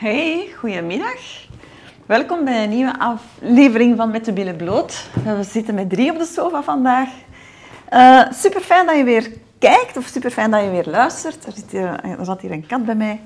Hey, goedemiddag. Welkom bij een nieuwe aflevering van Met de Billen Bloot. We zitten met 3 op de sofa vandaag. Super fijn dat je weer kijkt of super fijn dat je weer luistert. Er zat hier een kat bij mij.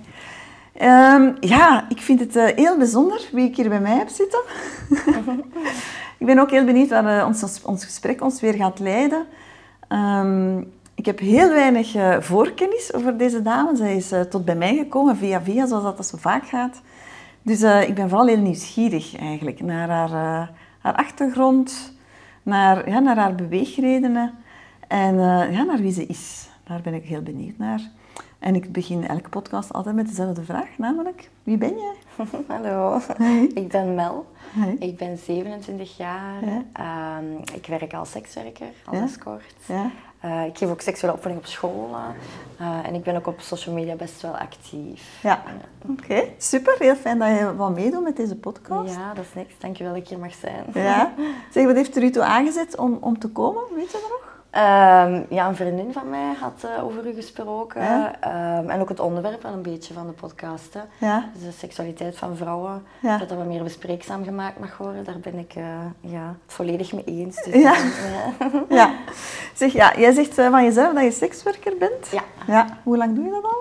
Ik vind het heel bijzonder wie ik hier bij mij heb zitten. Ik ben ook heel benieuwd waar ons gesprek ons weer gaat leiden. Ik heb heel weinig voorkennis over deze dame. Zij is tot bij mij gekomen via, zoals dat zo vaak gaat. Dus ik ben vooral heel nieuwsgierig eigenlijk naar haar achtergrond, naar haar beweegredenen en naar wie ze is. Daar ben ik heel benieuwd naar. En ik begin elke podcast altijd met dezelfde vraag, namelijk, wie ben jij? Hallo, Hey. ik ben Mel. Hey. Ik ben 27 jaar. Ja. Ik werk als sekswerker, als Ja. escort. Ja. Ik geef ook seksuele opvoeding op scholen. En ik ben ook op social media best wel actief. Ja, oké. Super. Heel fijn dat je wat meedoet met deze podcast. Ja, dat is niks. Dankjewel dat ik hier mag zijn. Ja. Zeg, wat heeft er u toe aangezet om te komen? Weet je dat nog? Een vriendin van mij had over u gesproken. Ja. En ook het onderwerp wel een beetje van de podcast. Hè. Ja. Dus de seksualiteit van vrouwen. Ja. Dat dat wat meer bespreekzaam gemaakt mag worden. Daar ben ik het volledig mee eens. Dus Ja. ja. Ja. Zeg, jij zegt van jezelf dat je sekswerker bent. Ja. Ja. Hoe lang doe je dat al?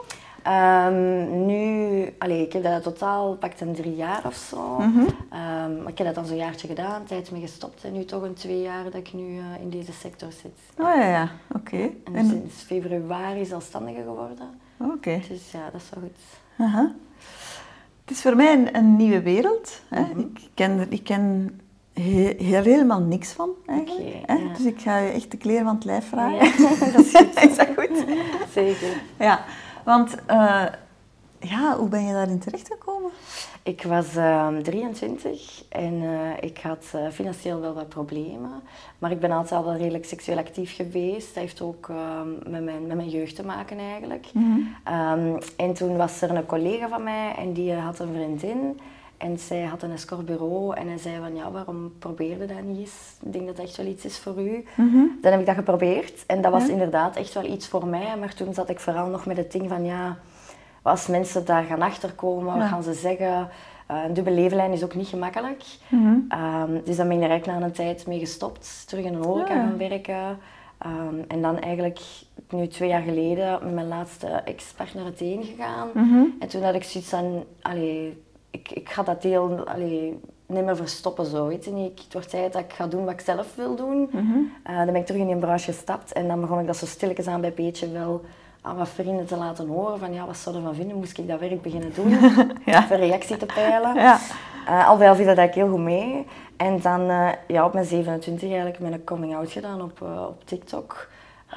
Ik heb dat totaal pakt een 3 jaar of zo. Mhm. Maar ik heb dat dan zo'n jaartje gedaan, een tijd mee gestopt. En nu toch een 2 jaar dat ik nu in deze sector zit. Oh ja. Oké. En sinds februari zelfstandige geworden. Oké. Dus ja, dat is wel goed. Aha. Het is voor mij een nieuwe wereld. Hè. Mhm. Ik ken helemaal niks van, eigenlijk. Oké, Hè. ja. Dus ik ga je echt de kleren van het lijf vragen. Ja, dat is goed. Is dat goed? Zeker. Ja, want hoe ben je daarin terechtgekomen? Ik was 23 en ik had financieel wel wat problemen. Maar ik ben altijd al wel redelijk seksueel actief geweest. Dat heeft ook met mijn jeugd te maken eigenlijk. En toen was er een collega van mij en die had een vriendin. En zij had een escortbureau en hij zei van ja, waarom probeerde dat niet eens? Ik denk dat dat echt wel iets is voor u. Dan heb ik dat geprobeerd en dat was inderdaad echt wel iets voor mij. Maar toen zat ik vooral nog met het ding van ja, als mensen daar gaan achterkomen, wat gaan ze zeggen? Een dubbele levenlijn is ook niet gemakkelijk. Dus dan ben ik er eigenlijk na een tijd mee gestopt. Terug in een horeca gaan werken. En dan eigenlijk nu 2 jaar geleden met mijn laatste ex-partner uiteen gegaan. En toen had ik zoiets van, ik ga dat deel niet meer verstoppen. Zo, weet je niet. Het wordt tijd dat ik ga doen wat ik zelf wil doen. Dan ben ik terug in die branche gestapt. En dan begon ik dat zo stilletjes aan bij beetje wel aan wat vrienden te laten horen. Van ja, wat zou je ervan vinden? Moest ik dat werk beginnen doen? Even reactie te peilen. Ja. Al bij al viel dat eigenlijk heel goed mee. En dan op mijn 27 eigenlijk ben ik coming out gedaan op TikTok.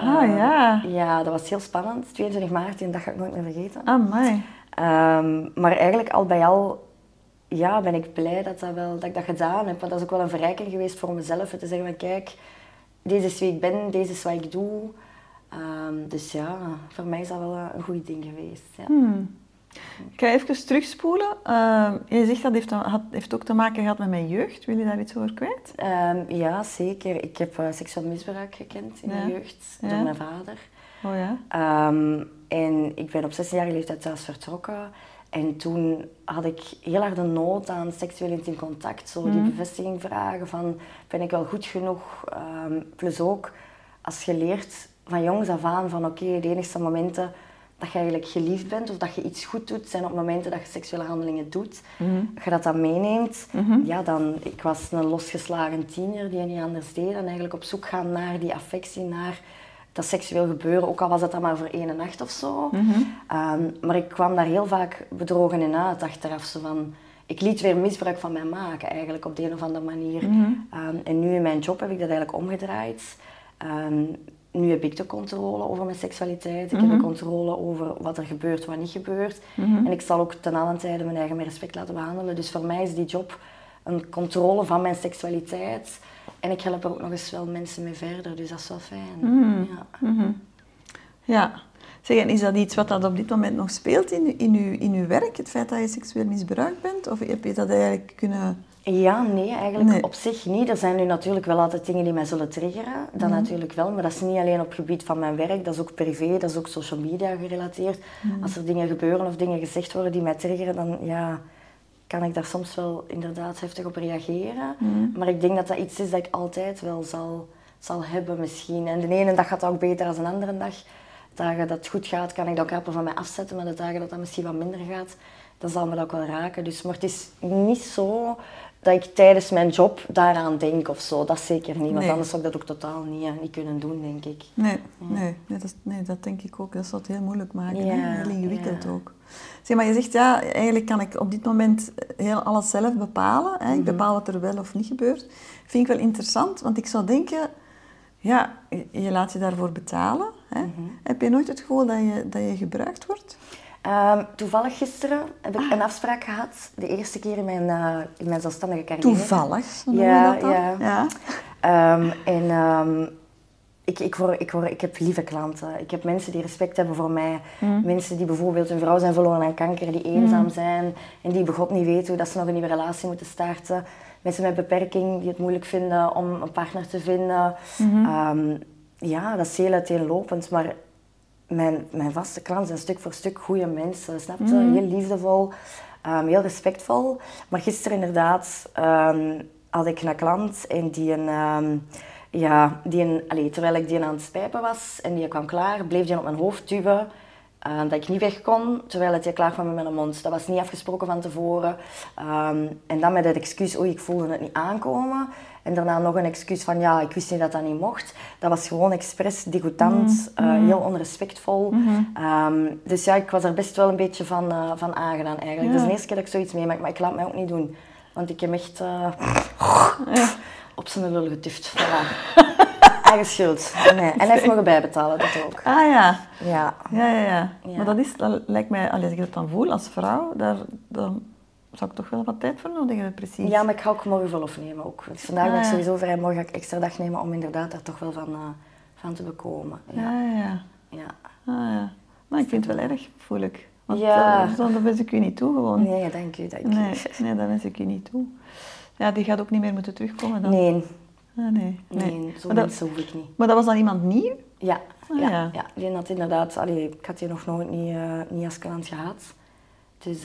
Ja, dat was heel spannend. 22 maart, die dag ga ik nooit meer vergeten. Amai. Maar eigenlijk al bij al ben ik blij dat ik dat gedaan heb. Want dat is ook wel een verrijking geweest voor mezelf. Te zeggen van kijk, deze is wie ik ben, deze is wat ik doe. Dus ja, voor mij is dat wel een goed ding geweest. Ja. Ik ga even terugspoelen. Je zegt dat heeft ook te maken gehad met mijn jeugd. Wil je daar iets over kwijt? Ja, zeker. Ik heb seksueel misbruik gekend in mijn jeugd door mijn vader. Oh ja? En ik ben op 16-jarige leeftijd thuis vertrokken. En toen had ik heel hard een nood aan seksueel intiem contact. Zo die bevestiging vragen van, ben ik wel goed genoeg? Plus ook, als je leert van jongs af aan van oké, de enige momenten dat je eigenlijk geliefd bent of dat je iets goed doet, zijn op momenten dat je seksuele handelingen doet. Als je dat dan meeneemt, ik was een losgeslagen tiener die niet anders deed dan eigenlijk op zoek gaan naar die affectie, naar dat seksueel gebeuren, ook al was dat dan maar voor 1 nacht of zo. Maar ik kwam daar heel vaak bedrogen in uit achteraf. Zo van, ik liet weer misbruik van mij maken eigenlijk op de een of andere manier. En nu in mijn job heb ik dat eigenlijk omgedraaid. Nu heb ik de controle over mijn seksualiteit. Ik heb de controle over wat er gebeurt, wat niet gebeurt. En ik zal ook ten allen tijde mijn eigen met respect laten behandelen. Dus voor mij is die job een controle van mijn seksualiteit. En ik help er ook nog eens wel mensen mee verder, dus dat is wel fijn. Ja. Zeg, en is dat iets wat dat op dit moment nog speelt in uw werk? Het feit dat je seksueel misbruikt bent? Of heb je dat eigenlijk kunnen Ja, nee, eigenlijk op zich niet. Er zijn nu natuurlijk wel altijd dingen die mij zullen triggeren. Dat natuurlijk wel, maar dat is niet alleen op het gebied van mijn werk. Dat is ook privé, dat is ook social media gerelateerd. Als er dingen gebeuren of dingen gezegd worden die mij triggeren, dan ja, kan ik daar soms wel inderdaad heftig op reageren. Maar ik denk dat dat iets is dat ik altijd wel zal hebben misschien. En de ene dag gaat dat ook beter dan een andere dag. Dagen dat het goed gaat, kan ik dat ook rapper van mij afzetten. Maar de dagen dat dat misschien wat minder gaat, dan zal me dat ook wel raken. Dus, maar het is niet zo dat ik tijdens mijn job daaraan denk of zo. Dat zeker niet, want anders zou ik dat ook totaal niet kunnen doen, denk ik. Nee, dat denk ik ook. Dat zou het heel moeilijk maken. Ja, heel ingewikkeld ook. Zeg, maar je zegt, ja, eigenlijk kan ik op dit moment heel alles zelf bepalen. Hè? Ik bepaal wat er wel of niet gebeurt. Vind ik wel interessant, want ik zou denken, ja, je laat je daarvoor betalen. Hè? Heb je nooit het gevoel dat je gebruikt wordt? Toevallig gisteren heb ik een afspraak gehad, de eerste keer in mijn zelfstandige carrière. Toevallig? Ja. Ik heb lieve klanten. Ik heb mensen die respect hebben voor mij. Mensen die bijvoorbeeld hun vrouw zijn verloren aan kanker, die eenzaam zijn en die bij God niet weten hoe dat ze nog een nieuwe relatie moeten starten. Mensen met beperking die het moeilijk vinden om een partner te vinden. Ja, dat is heel uiteenlopend, maar mijn vaste klanten zijn stuk voor stuk goede mensen, snap je? Heel liefdevol, heel respectvol. Maar gisteren inderdaad had ik een klant en terwijl ik die aan het spijpen was en die kwam klaar, bleef die op mijn hoofd duwen. Dat ik niet weg kon, terwijl het klaar kwam met mijn mond. Dat was niet afgesproken van tevoren. En dan met het excuus, ik voelde het niet aankomen. En daarna nog een excuus van, ja, ik wist niet dat dat niet mocht. Dat was gewoon expres, degoutant, heel onrespectvol. Dus ja, ik was er best wel een beetje van aangedaan eigenlijk. Dat is de eerste keer dat ik zoiets meemaak, maar ik laat mij ook niet doen. Want ik heb echt op zijn lul getuft. Voilà. Eigen schuld. Nee. En hij heeft mogen bijbetalen, dat ook. Ah ja. Ja. Maar dat lijkt mij, als ik dat dan voel als vrouw, daar zou ik toch wel wat tijd voor nodig hebben, precies. Ja, maar ik ga ook morgen verlof nemen ook. Dus vandaag ben ik sowieso vrij, morgen ga ik extra dag nemen om inderdaad daar toch wel van te bekomen. Ja. Maar ik vind het wel erg, voel ik. Want dat wens ik u niet toe gewoon. Nee, dank u. Nee, dat wens ik u niet toe. Ja, die gaat ook niet meer moeten terugkomen dan? Nee. Nee, zo'n mensen hoef ik niet. Maar dat was dan iemand nieuw? Ja. Die had inderdaad, ik had die nog nooit niet als klant gehad. Dus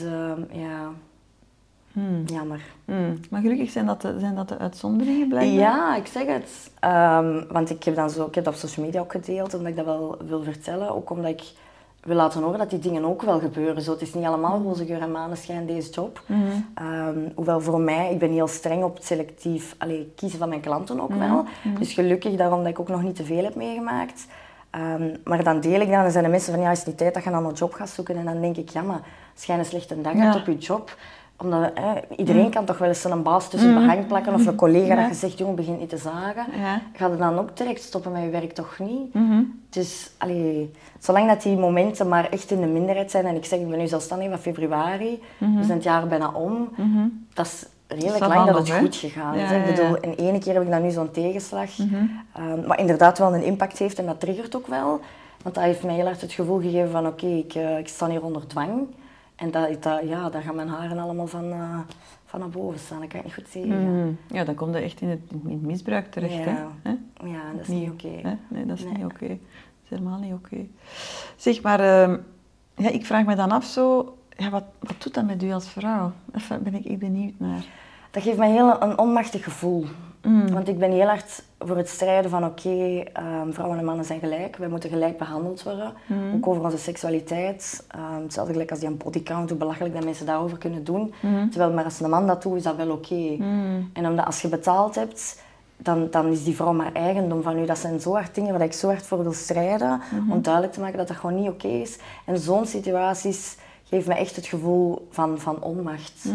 jammer. Maar gelukkig zijn dat de uitzonderingen blijkbaar? Ja, ik zeg het. Want ik heb dat op social media ook gedeeld, omdat ik dat wel wil vertellen. Ook omdat ik wil laten horen dat die dingen ook wel gebeuren. Zo, het is niet allemaal roze geur en maneschijn, deze job. Hoewel voor mij, ik ben heel streng op het selectief kiezen van mijn klanten ook wel. Dus gelukkig daarom dat ik ook nog niet te veel heb meegemaakt. Maar dan deel ik dat en dan zijn de mensen van, ja, is het niet tijd dat je een andere job gaat zoeken? En dan denk ik, ja, maar als jij een slechte dag hebt op je job, omdat iedereen kan toch wel eens een baas tussen het behang plakken of een collega dat je zegt, jongen, begin niet te zagen. Ga je dan ook direct stoppen met je werk? Toch niet? Dus, zolang dat die momenten maar echt in de minderheid zijn, en ik zeg, ik ben nu zelfstandig van februari, we zijn het jaar bijna om, dat is redelijk lang dat het goed gegaan is. Ik bedoel, in ene keer heb ik dan nu zo'n tegenslag, wat inderdaad wel een impact heeft en dat triggert ook wel. Want dat heeft mij heel hard het gevoel gegeven van, oké, ik sta hier onder dwang. En daar gaan mijn haren allemaal van naar boven staan. Dat kan ik niet goed zeggen. Ja, dan komt je echt in het misbruik terecht. Ja, hè? Ja, dat is niet oké. Nee, dat is niet oké. Dat is helemaal niet oké. Zeg maar, ik vraag me dan af zo, wat doet dat met u als vrouw? Daar ben ik benieuwd naar. Dat geeft mij een onmachtig gevoel. Want ik ben heel hard voor het strijden van vrouwen en mannen zijn gelijk. Wij moeten gelijk behandeld worden. Ook over onze seksualiteit. Hetzelfde gelijk als die bodycount, hoe belachelijk dat mensen daarover kunnen doen. Terwijl maar als een man dat doet, is dat wel oké. En omdat als je betaald hebt, dan is die vrouw maar eigendom van u. Dat zijn zo hard dingen waar ik zo hard voor wil strijden. Om duidelijk te maken dat dat gewoon niet oké is. En zo'n situaties geeft me echt het gevoel van onmacht.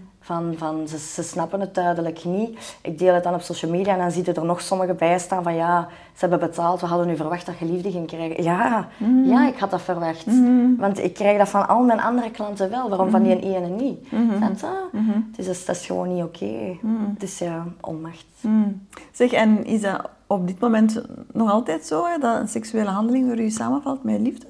Ze snappen het duidelijk niet. Ik deel het dan op social media en dan zie je er nog sommigen bij staan van ja, ze hebben betaald, we hadden nu verwacht dat je liefde ging krijgen. Ja, ik had dat verwacht. Want ik krijg dat van al mijn andere klanten wel, waarom van die ene niet? Dus dat is gewoon niet oké. Dus ja, onmacht. Zeg, en is dat op dit moment nog altijd zo, hè, dat een seksuele handeling voor u samenvalt met liefde?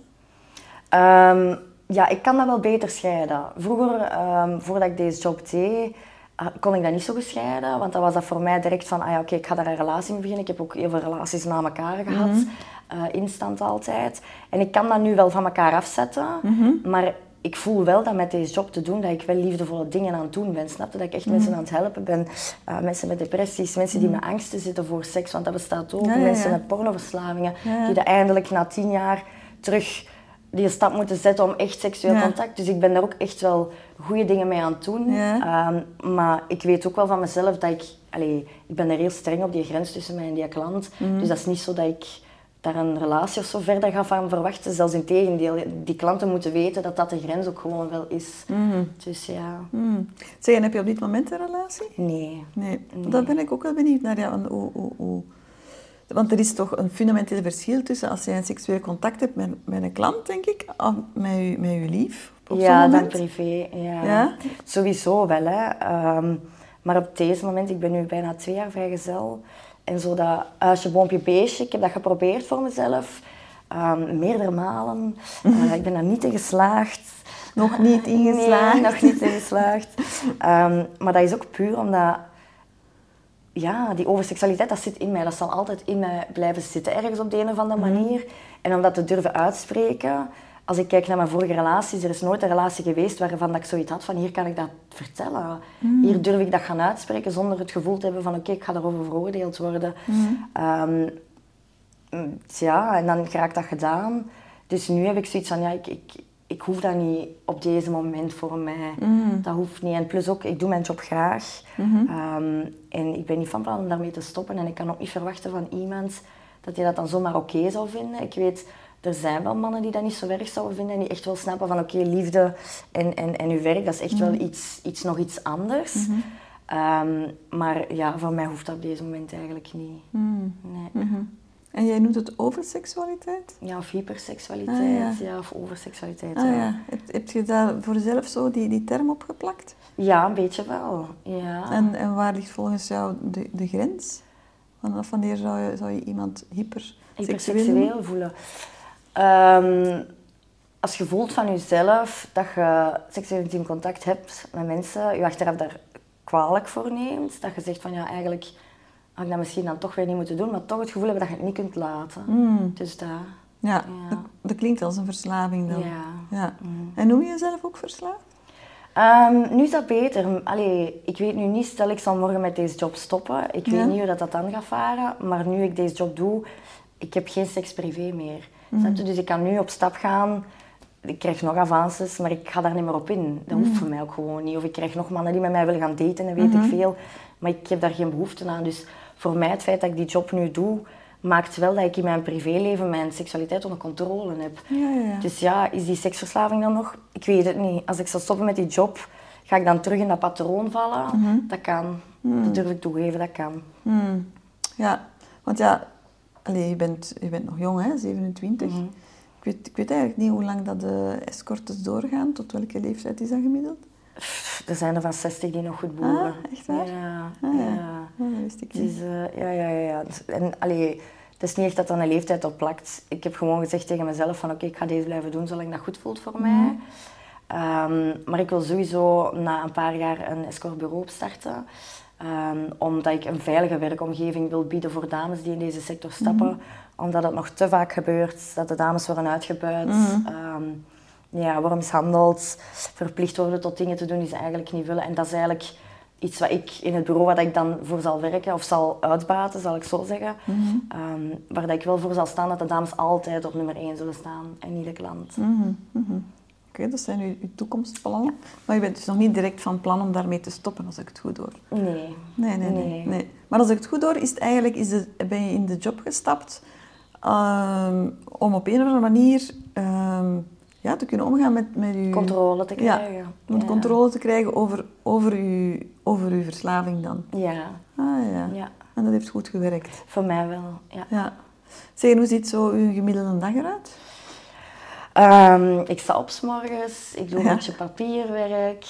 Ja, ik kan dat wel beter scheiden. Vroeger, voordat ik deze job deed, kon ik dat niet zo gescheiden, want dan was dat voor mij direct van, oké, ik ga daar een relatie mee beginnen. Ik heb ook heel veel relaties na elkaar gehad, instant altijd. En ik kan dat nu wel van elkaar afzetten, maar ik voel wel dat met deze job te doen, dat ik wel liefdevolle dingen aan het doen ben. Snap je? Dat ik echt mensen aan het helpen ben. Mensen met depressies, mensen die met angsten zitten voor seks, want dat bestaat ook. Mensen met pornoverslavingen, die dat eindelijk na 10 jaar terug die stap moeten zetten om echt seksueel contact. Dus ik ben daar ook echt wel goede dingen mee aan het doen. Maar ik weet ook wel van mezelf dat ik ben er heel streng op die grens tussen mij en die klant. Dus dat is niet zo dat ik daar een relatie of zo verder ga van verwachten. Zelfs in tegendeel, die klanten moeten weten dat dat de grens ook gewoon wel is. Dus ja. Zeg, en heb je op dit moment een relatie? Nee. Daar ben ik ook wel benieuwd naar. Ja, want er is toch een fundamenteel verschil tussen als je een seksueel contact hebt met een klant, denk ik, of met je lief. Ja, dan privé. Ja. Sowieso wel. Hè. Maar op deze moment, ik ben nu bijna 2 jaar vrijgezel. En zo dat huisje, boompje, beestje, ik heb dat geprobeerd voor mezelf. Meerdere malen. Ik ben daar niet in geslaagd. Nog niet ingeslaagd? Nee, nog niet ingeslaagd. Maar dat is ook puur omdat... Ja, die overseksualiteit, dat zit in mij. Dat zal altijd in mij blijven zitten, ergens op de een of andere manier. En om dat te durven uitspreken... Als ik kijk naar mijn vorige relaties, er is nooit een relatie geweest waarvan dat ik zoiets had van hier kan ik dat vertellen. Hier durf ik dat gaan uitspreken zonder het gevoel te hebben van oké, ik ga daarover veroordeeld worden. Ja, en dan raakt dat gedaan. Dus nu heb ik zoiets van ja, ik hoef dat niet op deze moment voor mij. Dat hoeft niet. En plus ook, ik doe mijn job graag. En ik ben niet van plan om daarmee te stoppen. En ik kan ook niet verwachten van iemand dat hij dat dan zomaar oké zou vinden. Ik weet... Er zijn wel mannen die dat niet zo erg zouden vinden en die echt wel snappen van oké, liefde en uw werk, dat is echt wel nog iets anders. Maar ja, voor mij hoeft dat op deze moment eigenlijk niet. Nee. En jij noemt het overseksualiteit? Ja, of hyperseksualiteit, of overseksualiteit. Ja. Heb je daar voor jezelf zo die term opgeplakt? Ja, een beetje wel. Ja. En waar ligt volgens jou de grens? Vanaf wanneer zou je iemand hyperseksueel voelen? Als je voelt van jezelf dat je seksueel intiem contact hebt met mensen, je achteraf daar kwalijk voor neemt, dat je zegt van ja, eigenlijk had ik dat misschien dan toch weer niet moeten doen, maar toch het gevoel hebben dat je het niet kunt laten. Dus dat... Ja, dat klinkt als een verslaving dan. Ja. En noem je jezelf ook verslaafd? Nu is dat beter. Allee, ik weet nu niet, stel ik zal morgen met deze job stoppen. Ik weet niet hoe dat dan gaat varen, maar nu ik deze job doe, ik heb geen seks privé meer. Dus ik kan nu op stap gaan, ik krijg nog avances, maar ik ga daar niet meer op in. Dat hoeft voor mij ook gewoon niet. Of ik krijg nog mannen die met mij willen gaan daten en weet ik veel. Maar ik heb daar geen behoefte aan. Dus voor mij, het feit dat ik die job nu doe, maakt wel dat ik in mijn privéleven mijn seksualiteit onder controle heb. Ja. Dus ja, is die seksverslaving dan nog? Ik weet het niet. Als ik zou stoppen met die job, ga ik dan terug in dat patroon vallen? Dat kan. Dat durf ik toegeven, dat kan. Ja, want ja... Allee, je bent nog jong, hè? 27. Ik weet eigenlijk niet hoe lang dat de escortes doorgaan. Tot welke leeftijd is dat gemiddeld? Er zijn er van 60 die nog goed boeren. Echt waar? Ja. Dat wist ik niet. Dus, ja. En allee, het is niet echt dat er een leeftijd op plakt. Ik heb gewoon gezegd tegen mezelf van oké, ik ga deze blijven doen zolang dat goed voelt voor mij. Maar ik wil sowieso na een paar jaar een escortbureau opstarten. Omdat ik een veilige werkomgeving wil bieden voor dames die in deze sector stappen. Omdat het nog te vaak gebeurt dat de dames worden uitgebuit, worden mishandeld, verplicht worden tot dingen te doen die ze eigenlijk niet willen. En dat is eigenlijk iets wat ik in het bureau waar ik dan voor zal werken, of zal uitbaten, zal ik zo zeggen. Waar dat ik wel voor zal staan dat de dames altijd op nummer 1 zullen staan en niet de klant. Oké, dat zijn uw toekomstplannen. Maar je bent dus nog niet direct van plan om daarmee te stoppen, als ik het goed hoor. Nee. Maar als ik het goed hoor, ben je in de job gestapt om op een of andere manier te kunnen omgaan met je... Controle te krijgen. Om controle te krijgen over uw verslaving dan. Ja. Ja. En dat heeft goed gewerkt. Voor mij wel, ja. Zeg, hoe ziet zo uw gemiddelde dag eruit? Ik sta op 's morgens, ik doe een beetje papierwerk,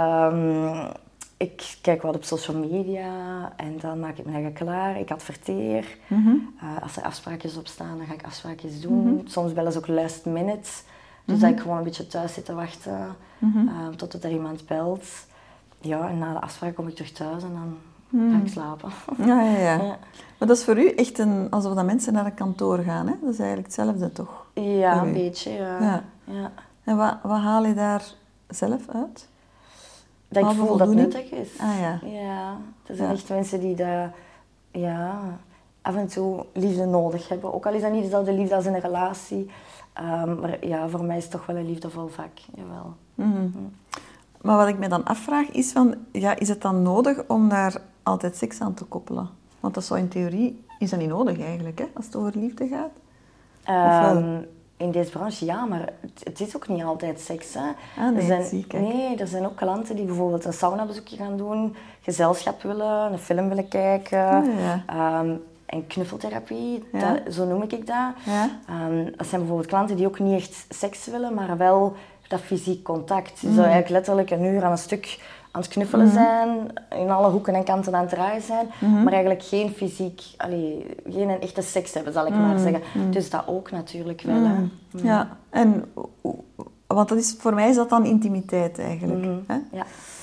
ik kijk wat op social media en dan maak ik me eigen klaar. Ik adverteer. Als er afspraakjes op staan, dan ga ik afspraakjes doen. Soms bellen ze ook last minute, dus dat ik gewoon een beetje thuis zit te wachten totdat er iemand belt. ja, en na de afspraak kom ik terug thuis en dan ga ik slapen. Ja. Ja. Maar dat is voor u echt alsof dat mensen naar een kantoor gaan, hè? Dat is eigenlijk hetzelfde, toch? Ja, een beetje, ja. Ja. En wat haal je daar zelf uit? Dat ik Halve voel dat het voldoening? nuttig is. Ah, ja. Ja, er zijn echt mensen die dat, ja, af en toe liefde nodig hebben. Ook al is dat niet dezelfde liefde als in een relatie. Maar ja, voor mij is het toch wel een liefdevol vak, jawel. Maar wat ik me dan afvraag is van, ja, is het dan nodig om daar altijd seks aan te koppelen? Want dat zou in theorie, is dat niet nodig eigenlijk, hè, als het over liefde gaat? Of wel? In deze branche ja, maar het is ook niet altijd seks. Hè. Ah, nee, zie ik. Nee, er zijn ook klanten die bijvoorbeeld een saunabezoekje gaan doen, gezelschap willen, een film willen kijken. En knuffeltherapie, zo noem ik dat. Ja. Dat zijn bijvoorbeeld klanten die ook niet echt seks willen, maar wel dat fysiek contact. Je zou eigenlijk letterlijk een uur aan een stuk aan het knuffelen zijn, in alle hoeken en kanten aan het draaien zijn, maar eigenlijk geen fysiek, geen een echte seks hebben, zal ik maar zeggen. Dus dat ook natuurlijk wel. Hè. Ja, en, want dat is, voor mij is dat dan intimiteit eigenlijk. Hè? Ja.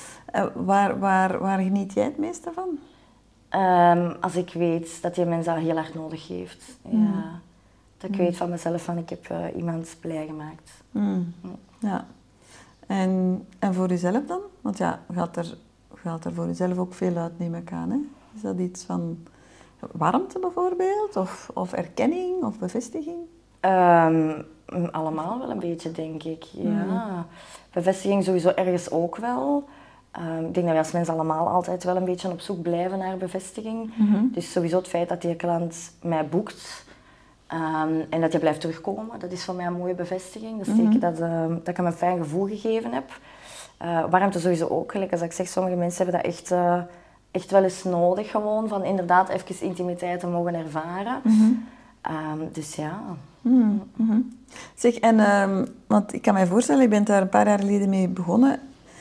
Waar geniet jij het meeste van? Als ik weet dat die mens dat heel hard nodig heeft. Ja. Dat ik weet van mezelf van ik heb iemand blij gemaakt. Ja. En voor jezelf dan? Want ja, gaat er voor jezelf ook veel uit, neem ik aan. Hè? Is dat iets van warmte bijvoorbeeld? Of erkenning of bevestiging? Allemaal wel een beetje, denk ik. Ja. Bevestiging sowieso ergens ook wel. Ik denk dat wij als mensen allemaal altijd wel een beetje op zoek blijven naar bevestiging. Dus sowieso het feit dat die klant mij boekt en dat je blijft terugkomen, dat is voor mij een mooie bevestiging. Dat is teken dat ik hem een fijn gevoel gegeven heb. Warmte sowieso ook, gelijk als ik zeg, sommige mensen hebben dat echt wel eens nodig gewoon, van inderdaad even intimiteit te mogen ervaren. Dus ja. Zeg, en want ik kan mij voorstellen, je bent daar een paar jaar geleden mee begonnen.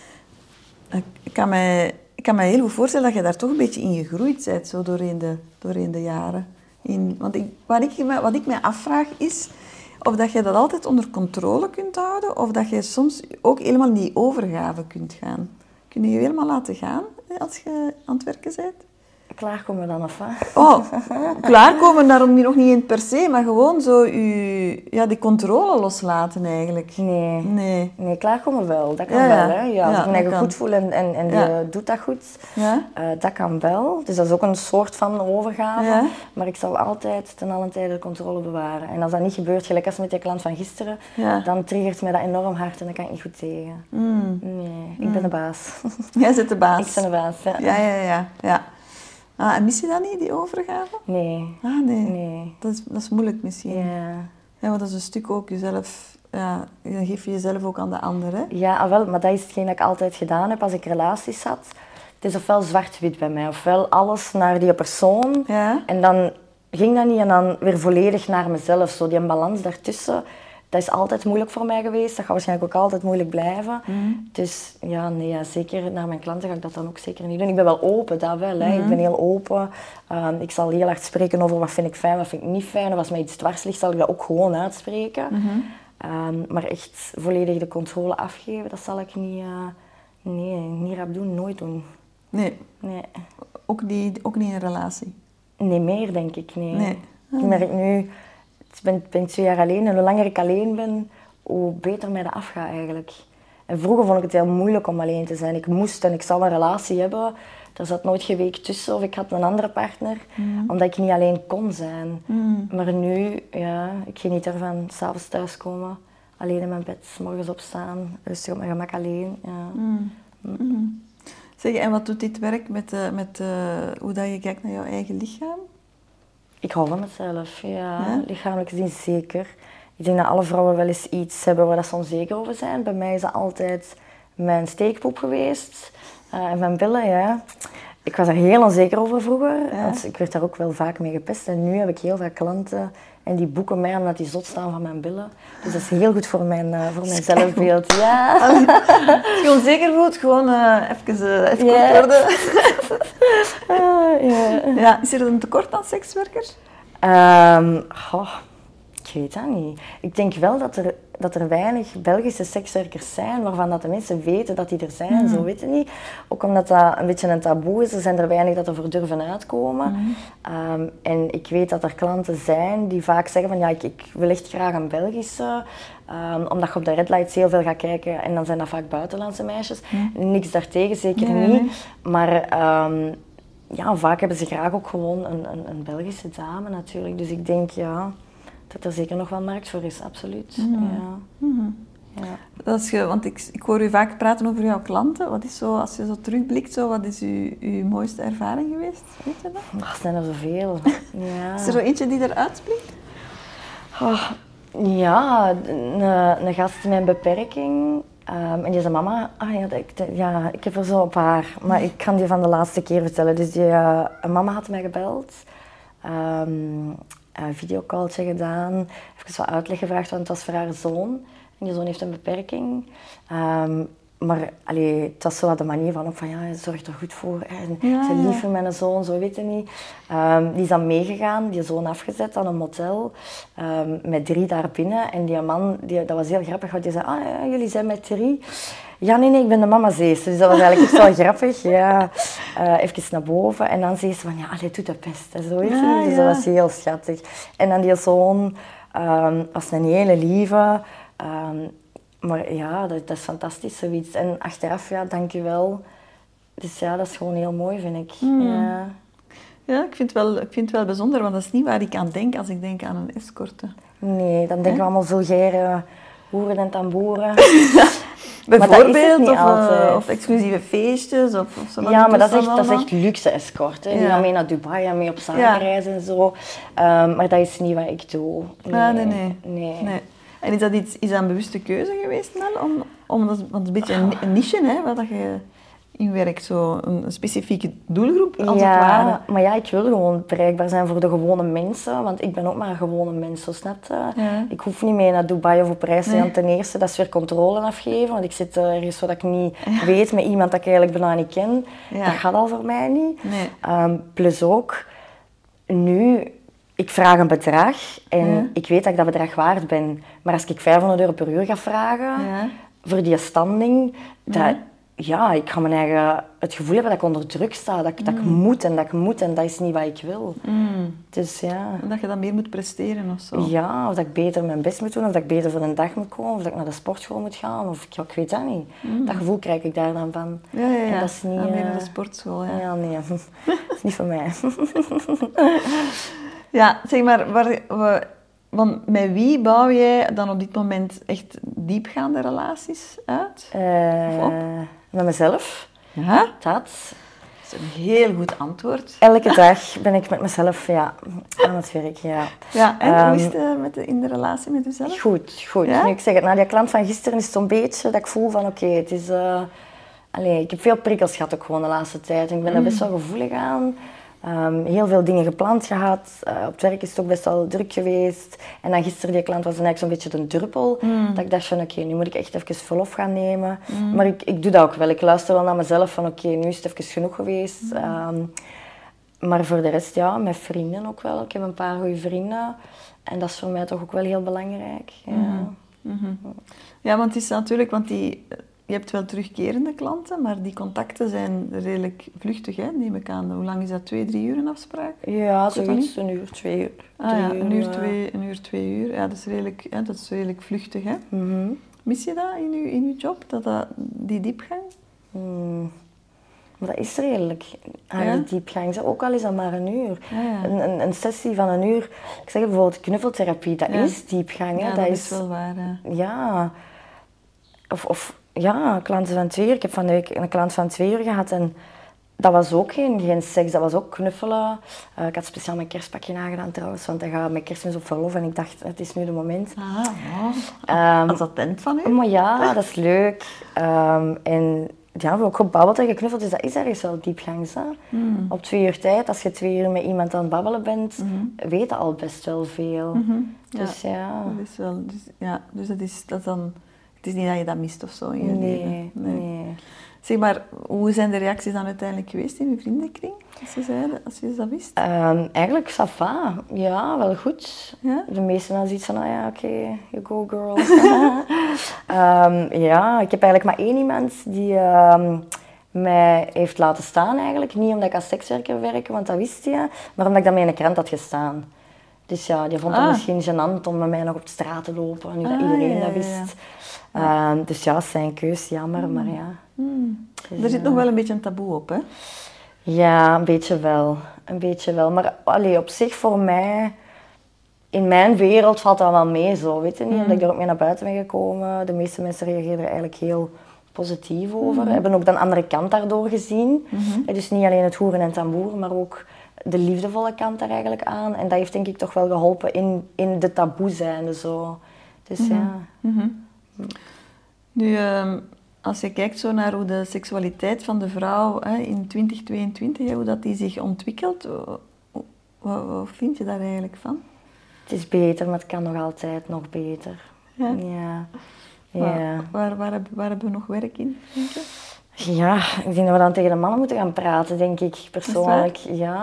Ik kan mij heel goed voorstellen dat je daar toch een beetje in gegroeid bent, zo doorheen de jaren. Want wat ik mij afvraag is of dat je dat altijd onder controle kunt houden, of dat je soms ook helemaal in die overgave kunt gaan. Kun je je helemaal laten gaan als je aan het werken bent? Klaarkomen dan of wat? Oh, klaarkomen, daarom nog niet in per se, maar gewoon zo die controle loslaten eigenlijk. Nee, klaarkomen wel. Dat kan wel. Hè? Ja, als ik me eigen goed voel en je doet dat goed, dat kan wel. Dus dat is ook een soort van overgave. Ja. Maar ik zal altijd ten allen tijde de controle bewaren. En als dat niet gebeurt, gelijk als met die klant van gisteren, dan triggert mij dat enorm hard en daar kan ik niet goed tegen. Nee, ik ben de baas. Jij bent de baas? Ik ben de baas, ja. En mis je dat niet, die overgave? Nee. Nee. Dat is moeilijk misschien. Ja, want dat is een stuk ook jezelf, dan geef je jezelf ook aan de ander, hè? Ja, wel, maar dat is hetgeen dat ik altijd gedaan heb als ik relaties had. Het is ofwel zwart-wit bij mij, ofwel alles naar die persoon. Ja. En dan ging dat niet en dan weer volledig naar mezelf. Zo die balans daartussen, dat is altijd moeilijk voor mij geweest. Dat gaat waarschijnlijk ook altijd moeilijk blijven. Dus zeker naar mijn klanten ga ik dat dan ook zeker niet doen. Ik ben wel open, dat wel. Hè. Ik ben heel open. Ik zal heel hard spreken over wat vind ik fijn, wat vind ik niet fijn. Of als mij iets dwars ligt, zal ik dat ook gewoon uitspreken. Maar echt volledig de controle afgeven, dat zal ik niet rap doen, nooit doen. Nee. Ook niet in een relatie? Nee, meer denk ik, nee. Ik merk nu, ik ben 2 jaar alleen en hoe langer ik alleen ben, hoe beter mij dat afgaat eigenlijk. En vroeger vond ik het heel moeilijk om alleen te zijn. Ik moest en ik zou een relatie hebben. Er zat nooit geen week tussen of ik had een andere partner, omdat ik niet alleen kon zijn. Maar nu, ik geniet ervan, 's avonds thuiskomen, alleen in mijn bed, 's morgens opstaan, rustig op mijn gemak alleen. Ja. Zeg, en wat doet dit werk met hoe dat je kijkt naar jouw eigen lichaam? Ik hou van mezelf, lichamelijk gezien zeker. Ik denk dat alle vrouwen wel eens iets hebben waar ze onzeker over zijn. Bij mij is dat altijd mijn steekpoep geweest en mijn billen, Ik was er heel onzeker over vroeger, want ik werd daar ook wel vaak mee gepest. En nu heb ik heel veel klanten en die boeken mij omdat die zot staan van mijn billen. Dus dat is heel goed voor mijn zelfbeeld. Ja. Als je onzeker voelt, gewoon even kort worden. Is er een tekort aan sekswerkers? Ik weet dat niet. Ik denk wel dat er dat er weinig Belgische sekswerkers zijn waarvan dat de mensen weten dat die er zijn, zo weten niet. Ook omdat dat een beetje een taboe is, er zijn er weinig dat er voor durven uitkomen. En ik weet dat er klanten zijn die vaak zeggen van ja, ik wil echt graag een Belgische, omdat je op de Red Lights heel veel gaat kijken en dan zijn dat vaak buitenlandse meisjes. Niks daartegen, zeker niet. Nee. Maar ja, vaak hebben ze graag ook gewoon een Belgische dame natuurlijk. Dus ik denk ja, dat er zeker nog wel markt voor is, absoluut. Ja. Want ik hoor u vaak praten over jouw klanten. Wat is zo, als je zo terugblikt, wat is uw mooiste ervaring geweest? Weet je dat? Er zijn er zoveel. Ja. Is er zo eentje die eruit springt? Ja, een gast met een beperking. En die zei mama, ik heb er zo op haar, maar ik kan die van de laatste keer vertellen. Dus mama had mij gebeld, een videocalltje gedaan, even wat uitleg gevraagd, want het was voor haar zoon. En die zoon heeft een beperking. Maar het was zo wat de manier van ja, zorg er goed voor. En ze lief voor mijn zoon, zo weet je niet. Die is dan meegegaan, die zoon afgezet aan een motel. Met 3 daar binnen. En die man, dat was heel grappig, want die zei, jullie zijn met 3. Ja, nee, ik ben de mama, zei ze. Dus dat was eigenlijk echt wel grappig. Ja. Even naar boven. En dan zei ze van, ja, doe het best. En zo, weet je. Dus dat was heel schattig. En dan die zoon was een hele lieve. Maar ja, dat is fantastisch, zoiets. En achteraf, ja, dank je wel. Dus ja, dat is gewoon heel mooi, vind ik. Ja, ik vind het wel bijzonder, want dat is niet waar ik aan denk als ik denk aan een escorte. Nee, dan denken we allemaal vulgaire hoeren en tamboeren. Bijvoorbeeld, of exclusieve feestjes. Of zo. Ja, maar dat is echt luxe escort. Hè. Die gaan mee naar Dubai en mee op zakenreizen en zo. Maar dat is niet wat ik doe. Nee. En is dat een bewuste keuze geweest, Nel? Want dat is een beetje een niche, hè, waar dat je in werkt, zo een specifieke doelgroep, als het ware. Maar ja, ik wil gewoon bereikbaar zijn voor de gewone mensen, want ik ben ook maar een gewone mens, zo snap je? Ja. Ik hoef niet mee naar Dubai of op reis te gaan ten eerste, dat is weer controle afgeven, want ik zit ergens wat ik niet weet met iemand dat ik eigenlijk bijna niet ken. Ja. Dat gaat al voor mij niet. Nee. Plus ook, nu... Ik vraag een bedrag en ik weet dat ik dat bedrag waard ben. Maar als ik €500 per uur ga vragen voor die standing, ik ga mijn eigen het gevoel hebben dat ik onder druk sta, dat ik moet en dat is niet wat ik wil. Dus ja. En dat je dan meer moet presteren of zo. Ja, of dat ik beter mijn best moet doen, of dat ik beter voor een dag moet komen, of dat ik naar de sportschool moet gaan, of ik weet dat niet. Dat gevoel krijg ik daar dan van. Ja. En dat is niet, meer naar de sportschool, ja. Ja, nee, dat is niet voor mij. Ja, zeg maar, want met wie bouw jij dan op dit moment echt diepgaande relaties uit? Met mezelf. Ja? Dat is een heel goed antwoord. Elke dag ben ik met mezelf aan het werk. Ja, en hoe is het in de relatie met jezelf? Goed. Ja? Nu, ik zeg het, na die klant van gisteren is het zo'n beetje dat ik voel van het is... ik heb veel prikkels gehad ook gewoon de laatste tijd. En ik ben daar best wel gevoelig aan. Heel veel dingen gepland gehad. Op het werk is het ook best wel druk geweest. En dan gisteren, die klant was dan eigenlijk zo'n beetje een druppel. Dat ik dacht van nu moet ik echt even verlof gaan nemen. Maar ik doe dat ook wel. Ik luister wel naar mezelf van nu is het even genoeg geweest. Maar voor de rest met vrienden ook wel. Ik heb een paar goede vrienden. En dat is voor mij toch ook wel heel belangrijk. Ja, want het is natuurlijk... Je hebt wel terugkerende klanten, maar die contacten zijn redelijk vluchtig, hè, neem ik aan. Hoe lang is dat? 2-3 uur een afspraak? Ja, zoiets. 1 uur, 2 uur. Een uur, 2 uur. Ja, dat is redelijk vluchtig, hè. Mis je dat in uw job, die diepgang? Maar dat is redelijk, die diepgang. Ook al is dat maar 1 uur. Een sessie van 1 uur. Ik zeg bijvoorbeeld knuffeltherapie, dat is diepgang. Hè. Ja, dat is wel waar. Ja. Ja, klanten van 2 uur. Ik heb van de week een klant van 2 uur gehad en dat was ook geen seks, dat was ook knuffelen. Ik had speciaal mijn kerstpakje aangedaan trouwens, want dan ga ik met Kerstmis op verlof en ik dacht, het is nu de moment. Als attent van u? Maar ja, dat is leuk. En ja, we hebben ook gebabbeld en geknuffeld, dus dat is ergens wel diepgangs. Op 2 uur tijd, als je 2 uur met iemand aan het babbelen bent, weet je al best wel veel. Dus ja. Dat is wel, dus dat is dan... Het is niet dat je dat mist of zo in je leven. Nee. Zeg maar, hoe zijn de reacties dan uiteindelijk geweest in uw vriendenkring? Als je dat wist? Eigenlijk, ça va. Ja, wel goed. Ja? De meesten hadden zoiets van, oh ja, oké, you go girl. Ja, ik heb eigenlijk maar één iemand die mij heeft laten staan eigenlijk. Niet omdat ik als sekswerker werk, want dat wist hij, maar omdat ik dat mee in de krant had gestaan. Dus ja, die vond het misschien gênant om met mij nog op de straat te lopen, nu dat iedereen dat wist. Dus ja, zijn keus, jammer, maar ja. Dus, er zit nog wel een beetje een taboe op, hè? Ja, een beetje wel. Een beetje wel. Maar allee, op zich voor mij, in mijn wereld valt dat wel mee zo, weet je niet? Omdat ik er ook mee naar buiten ben gekomen. De meeste mensen reageren er eigenlijk heel positief over. Hebben ook de andere kant daardoor gezien. Dus niet alleen het hoeren en tamboer, maar ook de liefdevolle kant daar eigenlijk aan. En dat heeft denk ik toch wel geholpen in de taboe zijnde zo. Dus ja. Nu, als je kijkt zo naar hoe de seksualiteit van de vrouw in 2022, hoe dat die zich ontwikkelt, wat vind je daar eigenlijk van? Het is beter, maar het kan nog altijd nog beter. Ja? Ja. Waar hebben we nog werk in, denk je? Ja, ik denk dat we dan tegen de mannen moeten gaan praten, denk ik persoonlijk.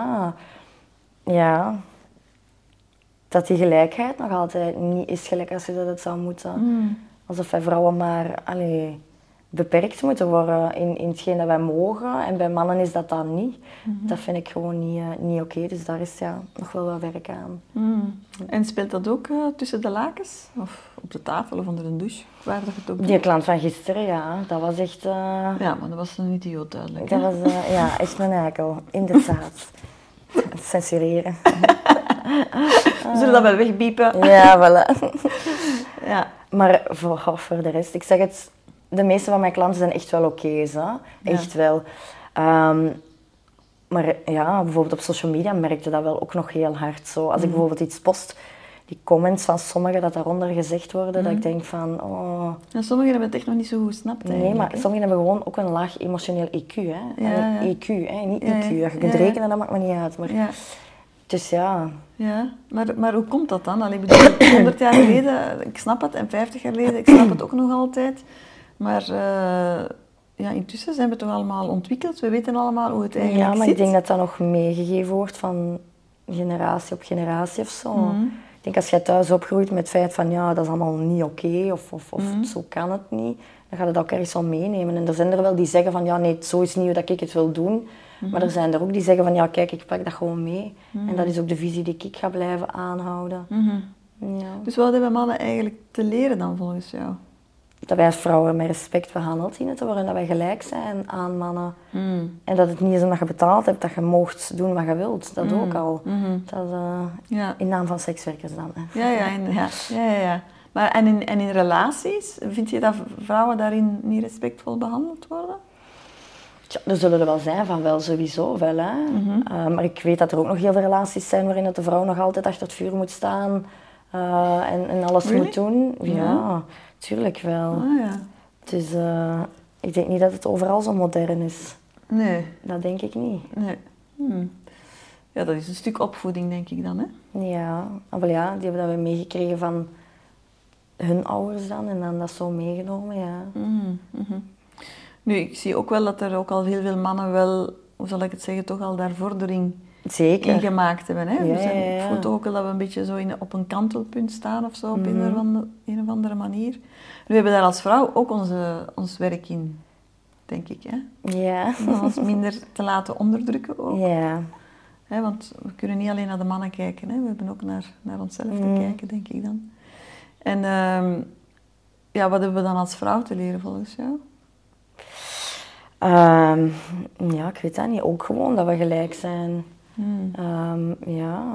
Ja. Dat die gelijkheid nog altijd niet is gelijk als je dat het zou moeten. Alsof wij vrouwen maar beperkt moeten worden in hetgeen dat wij mogen. En bij mannen is dat dan niet. Dat vind ik gewoon niet oké. Dus daar is nog wel wat werk aan. En speelt dat ook tussen de lakens? Of op de tafel of onder een douche? Waar dat het ook doet? Die klant van gisteren, ja, dat was echt... Ja, maar dat was een idioot duidelijk. Dat was echt een eikel, inderdaad. Censureren. We zullen dat wel wegbiepen. Ja, voilà. Ja. Maar voor de rest, ik zeg het, de meeste van mijn klanten zijn echt wel oké's, hè. Echt wel. Maar ja, bijvoorbeeld op social media merkte dat wel ook nog heel hard zo. Als ik bijvoorbeeld iets post, die comments van sommigen dat daaronder gezegd worden, dat ik denk van, oh... En sommigen hebben het echt nog niet zo goed gesnapt eigenlijk. Nee, maar sommigen hebben gewoon ook een laag emotioneel IQ, hè. Ja. EQ, hè, niet IQ. Dat je kunt rekenen, dat maakt me niet uit. Maar... Ja. Dus ja... Ja, maar hoe komt dat dan? Allee, ik bedoel, 100 jaar geleden, ik snap het, en 50 jaar geleden, ik snap het ook nog altijd. Maar intussen zijn we toch allemaal ontwikkeld, we weten allemaal hoe het eigenlijk zit. Ja, maar ik denk dat dat nog meegegeven wordt van generatie op generatie of zo. Ik denk als jij thuis opgroeit met het feit van ja, dat is allemaal niet oké, of zo kan het niet, dan gaat het ook ergens wel meenemen. En er zijn er wel die zeggen van ja, nee, zo is niet hoe dat ik het wil doen. Maar er zijn er ook die zeggen van ja, kijk, ik pak dat gewoon mee. En dat is ook de visie die ik ga blijven aanhouden. Ja. Dus wat hebben mannen eigenlijk te leren dan volgens jou? Dat wij als vrouwen met respect behandeld dienen te worden, dat wij gelijk zijn aan mannen. En dat het niet is omdat je betaald hebt, dat je moogt doen wat je wilt. Dat ook al. Dat, in naam van sekswerkers dan. Hè. Ja. Maar en in relaties, vind je dat vrouwen daarin niet respectvol behandeld worden? Ja, er zullen er wel zijn van wel, sowieso wel. Hè. Maar ik weet dat er ook nog heel veel relaties zijn waarin dat de vrouw nog altijd achter het vuur moet staan en alles moet doen. Ja, tuurlijk wel. Dus ik denk niet dat het overal zo modern is. Nee. Dat denk ik niet. Nee. Ja, dat is een stuk opvoeding, denk ik dan, hè? Ja, maar ja, die hebben dat weer meegekregen van hun ouders dan en dan dat zo meegenomen, ja. Nu, ik zie ook wel dat er ook al heel veel mannen wel, hoe zal ik het zeggen, toch al daar vordering in gemaakt hebben. Hè? Ik voel toch ook wel dat we een beetje zo op een kantelpunt staan of zo, op een of andere manier. We hebben daar als vrouw ook ons werk in, denk ik. Hè? Ja. Om ons minder te laten onderdrukken ook. Ja. Hè, want we kunnen niet alleen naar de mannen kijken, hè? We hebben ook naar onszelf te kijken, denk ik dan. En wat hebben we dan als vrouw te leren volgens jou? Ja, ik weet dat niet. Ook gewoon dat we gelijk zijn. Ja.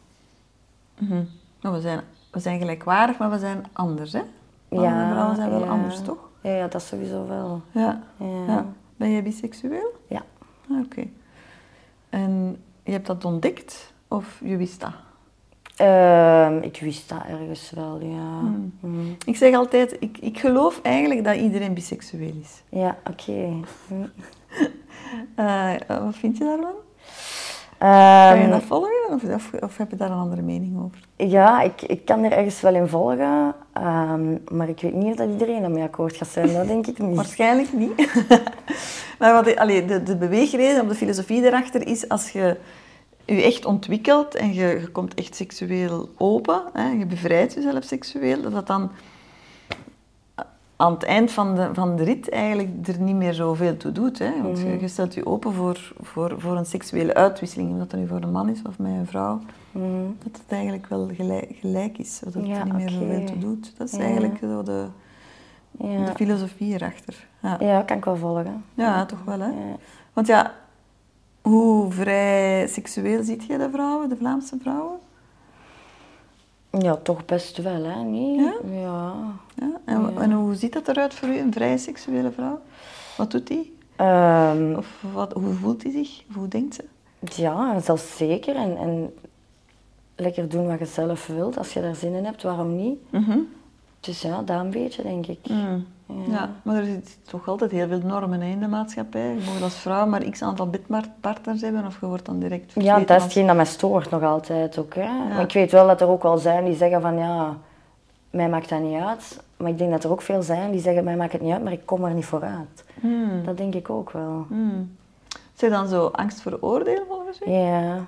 Nou, we zijn gelijkwaardig, maar we zijn anders, hè? Mannen en vrouwen zijn wel anders, toch? Ja, dat sowieso wel. Ja. Ben jij biseksueel? Ja. Oké. En je hebt dat ontdekt, of je wist dat? Ik wist dat ergens wel, ja. Ik zeg altijd, ik geloof eigenlijk dat iedereen biseksueel is. Ja, oké. Wat vind je daarvan? Kan je dat volgen of heb je daar een andere mening over? Ja, ik kan er ergens wel in volgen. Maar ik weet niet of dat iedereen daarmee akkoord gaat zijn, dat denk ik niet. Waarschijnlijk niet. Maar de beweegreden of de filosofie erachter is, als je je echt ontwikkelt en je komt echt seksueel open, hè, je bevrijdt jezelf seksueel, dat dan aan het eind van de rit eigenlijk er niet meer zoveel toe doet. Hè? Want je stelt je open voor een seksuele uitwisseling, of dat nu voor een man is of met een vrouw. Dat het eigenlijk wel gelijk is, dat het er niet meer zoveel toe doet. Dat is eigenlijk zo de filosofie erachter. Ja, kan ik wel volgen. Ja, toch wel, hè? Ja. Want ja, hoe vrij seksueel ziet je de vrouwen, de Vlaamse vrouwen? Ja, toch best wel, hè? Nee? Ja? Ja. En hoe ziet dat eruit voor u, een vrij seksuele vrouw? Wat doet die? Of hoe voelt die zich? Of hoe denkt ze? Ja, zelfzeker. En lekker doen wat je zelf wilt. Als je daar zin in hebt, waarom niet? Dus ja, dat een beetje, denk ik. Ja, maar er zitten toch altijd heel veel normen in de maatschappij. Je mag als vrouw maar x aantal bedpartners hebben of je wordt dan direct vergeten. Ja, dat is hetgeen dat mij stoort nog altijd ook. Hè. Ja. Maar ik weet wel dat er ook wel zijn die zeggen van ja, mij maakt dat niet uit. Maar ik denk dat er ook veel zijn die zeggen, mij maakt het niet uit, maar ik kom er niet vooruit. Dat denk ik ook wel. Is er dan zo angst voor oordeel volgens u? Ja.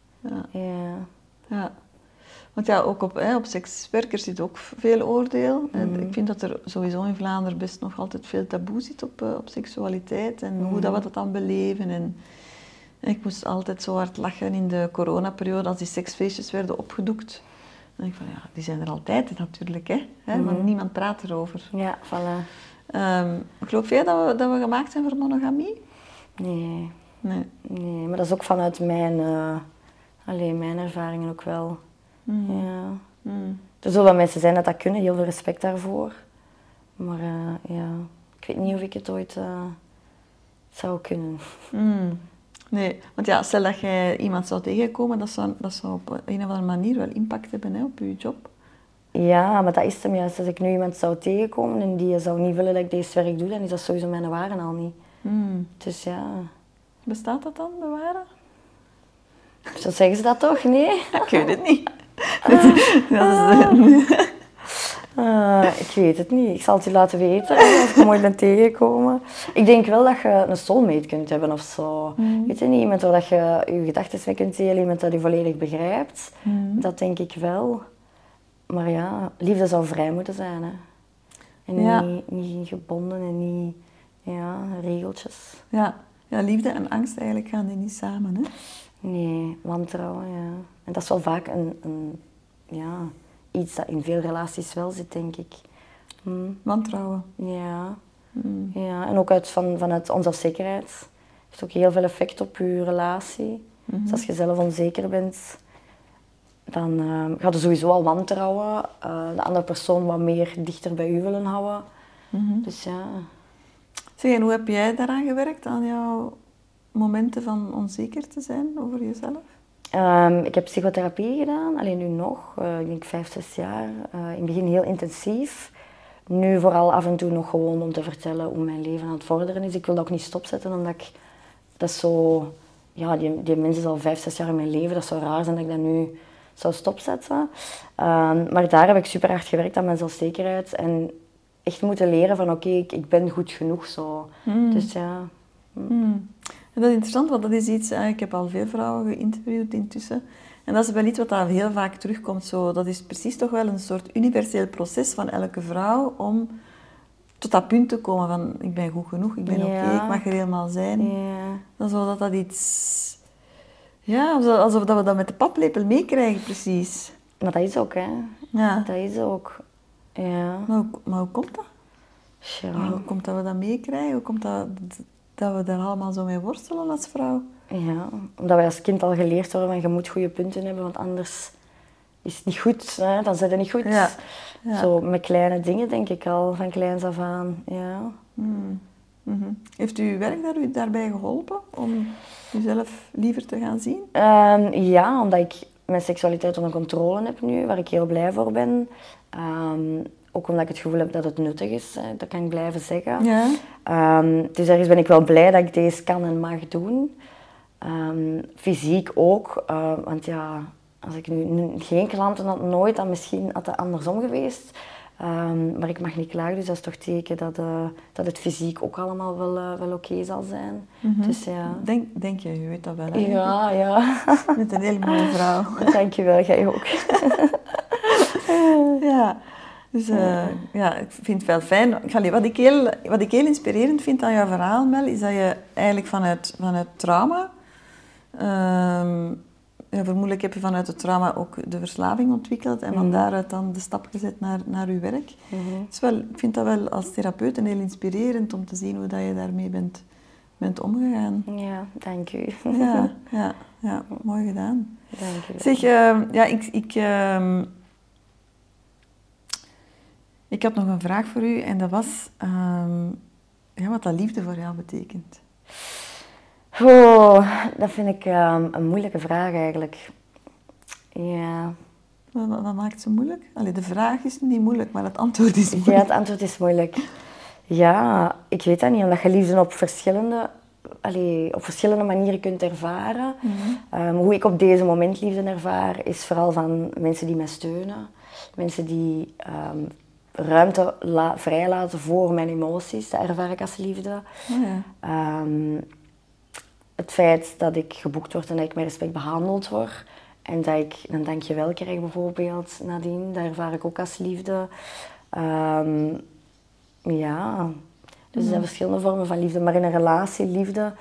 Want ja, ook op sekswerkers zit ook veel oordeel. En ik vind dat er sowieso in Vlaanderen best nog altijd veel taboe zit op seksualiteit en hoe dat we dat dan beleven. En ik moest altijd zo hard lachen in de coronaperiode als die seksfeestjes werden opgedoekt. Dan denk ik van ja, die zijn er altijd natuurlijk, hè? Want niemand praat erover. Ja, voilà. Geloof jij dat we gemaakt zijn voor monogamie? Nee, maar dat is ook vanuit mijn ervaringen ook wel. Er zullen wel mensen zijn dat kunnen, heel veel respect daarvoor. Maar ik weet niet of ik het ooit zou kunnen. Nee, want ja, stel dat jij iemand zou tegenkomen, dat zou op een of andere manier wel impact hebben op je job. Ja, maar dat is hem juist. Als ik nu iemand zou tegenkomen en die zou niet willen dat ik deze werk doe, dan is dat sowieso mijn ware al niet. Dus ja. Bestaat dat dan, de ware? Zo zeggen ze dat toch? Nee? Ik weet het niet. Ik weet het niet. Ik zal het je laten weten als ik hem ooit ben tegengekomen. Ik denk wel dat je een soulmate kunt hebben of zo. Weet je niet, iemand waar je je gedachten mee kunt delen, iemand dat je volledig begrijpt. Dat denk ik wel. Maar ja, liefde zou vrij moeten zijn. Hè. En niet gebonden en niet regeltjes. Ja, liefde en angst eigenlijk gaan die niet samen, hè? Nee, wantrouwen, ja. En dat is wel vaak iets dat in veel relaties wel zit, denk ik. Wantrouwen? Ja. Ja. En ook vanuit onzelfzekerheid. heeft ook heel veel effect op je relatie. Dus als je zelf onzeker bent, dan ga je sowieso al wantrouwen. De andere persoon wat meer dichter bij u willen houden. Dus ja. Zeg, en hoe heb jij daaraan gewerkt, aan jouw momenten van onzeker te zijn over jezelf? Ik heb psychotherapie gedaan, alleen nu nog, ik denk 5, 6 jaar. In het begin heel intensief. Nu vooral af en toe nog gewoon om te vertellen hoe mijn leven aan het vorderen is. Ik wil dat ook niet stopzetten, omdat dat is zo... Ja, die mensen is al 5, 6 jaar in mijn leven. Dat zou raar zijn dat ik dat nu zou stopzetten. Maar daar heb ik super hard gewerkt aan mijn zelfzekerheid. En echt moeten leren van oké, ik ben goed genoeg zo. Dus ja... En dat is interessant, want dat is iets... Ik heb al veel vrouwen geïnterviewd intussen. En dat is wel iets wat daar heel vaak terugkomt. Zo, dat is precies toch wel een soort universeel proces van elke vrouw om tot dat punt te komen van ik ben goed genoeg, ik ben oké, ik mag er helemaal zijn. Ja. Dat iets... Ja, alsof dat we dat met de paplepel meekrijgen, precies. Maar dat is ook, hè. Ja. Dat is ook. Ja. Maar hoe komt dat? Ja. Hoe komt dat we dat meekrijgen? Hoe komt dat we daar allemaal zo mee worstelen als vrouw? Ja, omdat wij als kind al geleerd worden van je moet goede punten hebben, want anders is het niet goed, hè? Dan zit het niet goed. Ja. Ja. Zo met kleine dingen denk ik al, van kleins af aan. Ja. Heeft uw werk u daarbij geholpen om jezelf liever te gaan zien? Ja, omdat ik mijn seksualiteit onder controle heb nu, waar ik heel blij voor ben. Ook omdat ik het gevoel heb dat het nuttig is, dat kan ik blijven zeggen. Ja. Dus ergens ben ik wel blij dat ik deze kan en mag doen. Fysiek ook, want ja, als ik nu geen klanten had, nooit, dan misschien had het andersom geweest. Maar ik mag niet klagen, dus dat is toch teken dat het fysiek ook allemaal wel oké zal zijn. Dus ja. Denk je weet dat wel, hè? Ja, ja. Met een hele mooie vrouw. Dankjewel, jij ook. Ja, dus ja, ik vind het wel fijn. Wat ik heel inspirerend vind aan jouw verhaal, Mel, is dat je eigenlijk vanuit trauma... ja, vermoedelijk heb je vanuit het trauma ook de verslaving ontwikkeld en van daaruit dan de stap gezet naar je werk. Ik vind dat wel als therapeut heel inspirerend om te zien hoe dat je daarmee bent omgegaan. Ja, dank u. Ja, mooi gedaan. Dank u wel. Zeg, ja, ik had nog een vraag voor u en dat was ja, wat dat liefde voor jou betekent. Oh, dat vind ik een moeilijke vraag eigenlijk. Ja. Wat maakt het zo moeilijk? Allee, de vraag is niet moeilijk, maar het antwoord is moeilijk. Ja, het antwoord is moeilijk. Ja, ik weet dat niet, omdat je liefde op verschillende manieren kunt ervaren. Hoe ik op deze moment liefde ervaar, is vooral van mensen die mij steunen. Mensen die ruimte vrijlaten voor mijn emoties, dat ervaar ik als liefde. Het feit dat ik geboekt word en dat ik met respect behandeld word en dat ik een dankjewel krijg bijvoorbeeld nadien, dat ervaar ik ook als liefde. Ja, dus er zijn verschillende vormen van liefde, maar in een relatie, liefde...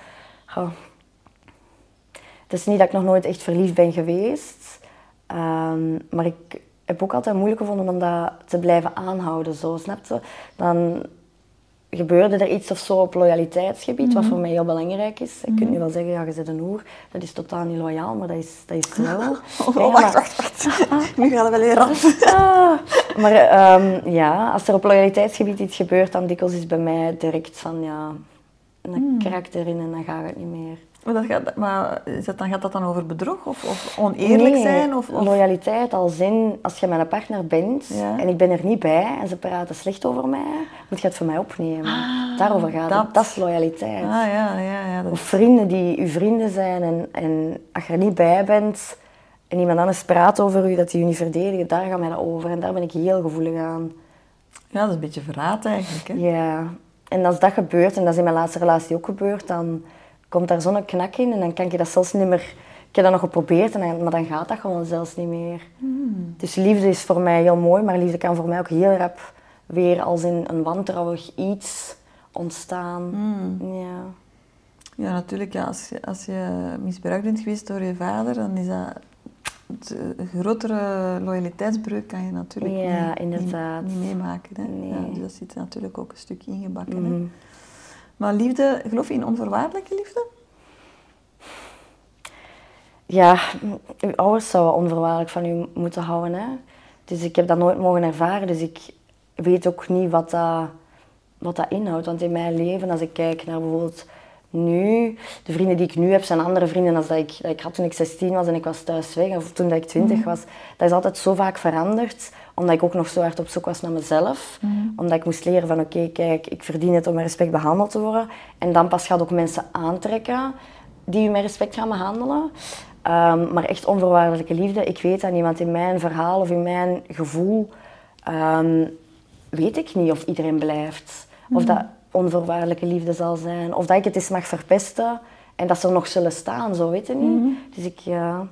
Het is niet dat ik nog nooit echt verliefd ben geweest, maar ik heb ook altijd moeilijk gevonden om dat te blijven aanhouden, zo, snap je? Dan gebeurde er iets of zo op loyaliteitsgebied, wat voor mij heel belangrijk is. Je kunt nu wel zeggen, ja, je bent een hoer, dat is totaal niet loyaal, maar dat is het wel. Wacht. Nu gaat het wel heel rap. Maar ja, als er op loyaliteitsgebied iets gebeurt, dan dikwijls is bij mij direct van, ja, een krak erin en dan gaat het niet meer. Maar gaat dat dan over bedrog of oneerlijk zijn? Of? Loyaliteit als in, als je met een partner bent en ik ben er niet bij en ze praten slecht over mij, moet je het voor mij opnemen. Daarover gaat het. Dat is loyaliteit. Dat Of vrienden die uw vrienden zijn en als je er niet bij bent en iemand anders praat over u, dat die je niet verdedigen, daar gaat mij dat over en daar ben ik heel gevoelig aan. Ja, dat is een beetje verraad eigenlijk, hè? Ja, en als dat gebeurt, en dat is in mijn laatste relatie ook gebeurd, dan komt daar zo'n knak in en dan kan je dat zelfs niet meer... Ik heb dat nog geprobeerd, maar dan gaat dat gewoon zelfs niet meer. Dus liefde is voor mij heel mooi, maar liefde kan voor mij ook heel rap weer als in een wantrouwig iets ontstaan. Ja, natuurlijk. Ja, als je misbruikt bent geweest door je vader, dan is dat... Een grotere loyaliteitsbreuk kan je natuurlijk niet meemaken. Hè? Nee. Ja, dus dat zit natuurlijk ook een stuk ingebakken. Hè? Maar liefde, geloof je in onvoorwaardelijke liefde? Ja, uw ouders zouden onvoorwaardelijk van u moeten houden. Hè? Dus ik heb dat nooit mogen ervaren, dus ik weet ook niet wat dat inhoudt. Want in mijn leven, als ik kijk naar bijvoorbeeld nu, de vrienden die ik nu heb, zijn andere vrienden dan dat ik had toen ik 16 was en ik was thuis weg, of toen dat ik 20 was. Dat is altijd zo vaak veranderd, omdat ik ook nog zo hard op zoek was naar mezelf. Omdat ik moest leren van oké, kijk, ik verdien het om met respect behandeld te worden. En dan pas gaat ook mensen aantrekken die u met respect gaan behandelen. Maar echt onvoorwaardelijke liefde, ik weet dat niet, want in mijn verhaal of in mijn gevoel weet ik niet of iedereen blijft. Of dat onvoorwaardelijke liefde zal zijn. Of dat ik het eens mag verpesten en dat ze er nog zullen staan, zo weet je niet. Dus ik,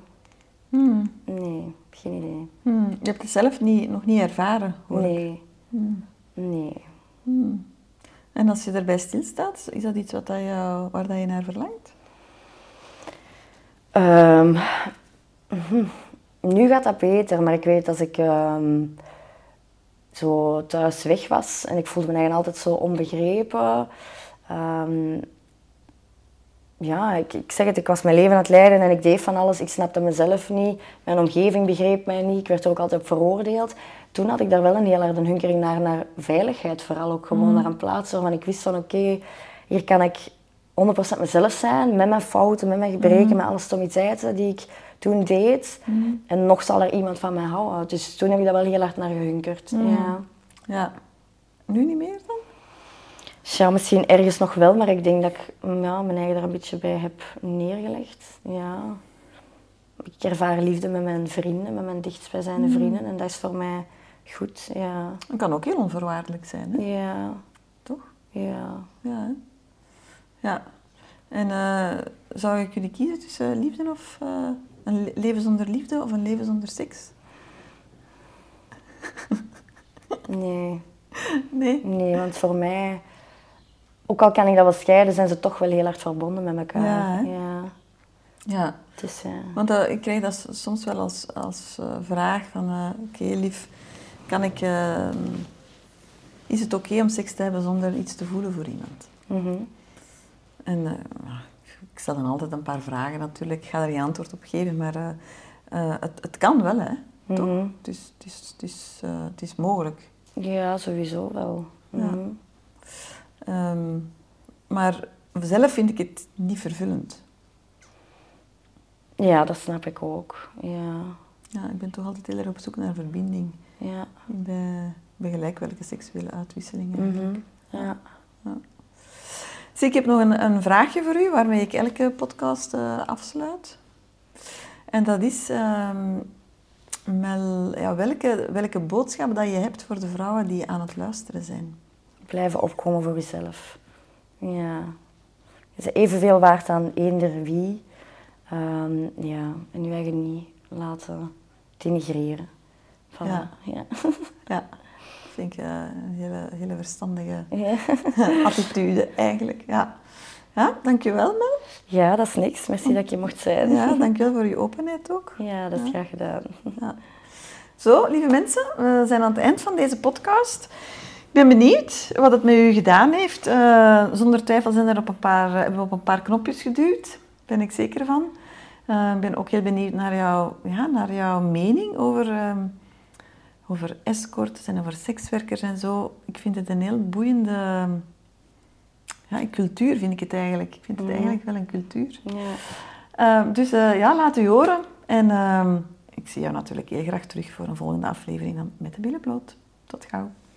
nee, geen idee. Je hebt het zelf nog niet ervaren, hoor ik. Nee. En als je erbij stilstaat, is dat iets waar dat je naar verlangt? Nu gaat dat beter, maar ik weet als ik zo thuis weg was en ik voelde me eigenlijk altijd zo onbegrepen. Ja, ik zeg het, ik was mijn leven aan het leiden en ik deed van alles. Ik snapte mezelf niet, mijn omgeving begreep mij niet, ik werd er ook altijd op veroordeeld. Toen had ik daar wel een heel harde hunkering naar veiligheid, vooral ook gewoon naar een plaats waarvan ik wist van oké, hier kan ik 100% mezelf zijn, met mijn fouten, met mijn gebreken, met alle stommiteiten die ik toen deed. En nog zal er iemand van mij houden. Dus toen heb ik daar wel heel hard naar gehunkerd. Ja. Nu niet meer dan? Ja, misschien ergens nog wel, maar ik denk dat ik mijn eigen er een beetje bij heb neergelegd. Ja. Ik ervaar liefde met mijn vrienden, met mijn dichtstbijzijnde vrienden. En dat is voor mij goed, ja. Het kan ook heel onvoorwaardelijk zijn, hè? Ja. Toch? Ja. Ja, hè? Ja. En zou je kunnen kiezen tussen liefde of een leven zonder liefde of een leven zonder seks? Nee. Nee? Nee, want voor mij, ook al kan ik dat wel scheiden, zijn ze toch wel heel hard verbonden met elkaar. Ja, hè? Ja. Ja. Dus, Want ik krijg dat soms wel als vraag van, oké, lief, is het oké om seks te hebben zonder iets te voelen voor iemand? En ik stel dan altijd een paar vragen natuurlijk, ik ga er geen antwoord op geven, maar het kan wel, hè? Toch? Het is mogelijk. Ja, sowieso wel. Maar zelf vind ik het niet vervullend. Ja, dat snap ik ook. Ja. Ja, ik ben toch altijd heel erg op zoek naar verbinding. Ja. Bij gelijk welke seksuele uitwisseling eigenlijk. Ja. Zie, ik heb nog een vraagje voor u, waarmee ik elke podcast afsluit. En dat is welke boodschap dat je hebt voor de vrouwen die aan het luisteren zijn. Blijven opkomen voor jezelf. Ja. Je bent evenveel waard aan eender wie. Ja. En je eigen niet laten denigreren. Voilà. Ja. Ja. Ja, dat vind ik een hele verstandige attitude eigenlijk. Ja. Ja, dankjewel Mel. Ja, dat is niks. Merci dat je mocht zijn. Ja, dankjewel voor je openheid ook. Ja, dat is graag gedaan. Ja. Zo, lieve mensen, we zijn aan het eind van deze podcast. Ik ben benieuwd wat het met u gedaan heeft. Zonder twijfel hebben we op een paar knopjes geduwd. Daar ben ik zeker van. Ik ben ook heel benieuwd naar jouw mening over escorts en over sekswerkers en zo. Ik vind het een heel boeiende cultuur, vind ik het eigenlijk. Ik vind het eigenlijk wel een cultuur. Ja. Dus laat u horen. En ik zie jou natuurlijk heel graag terug voor een volgende aflevering van Met de Billen Bloot. Tot gauw.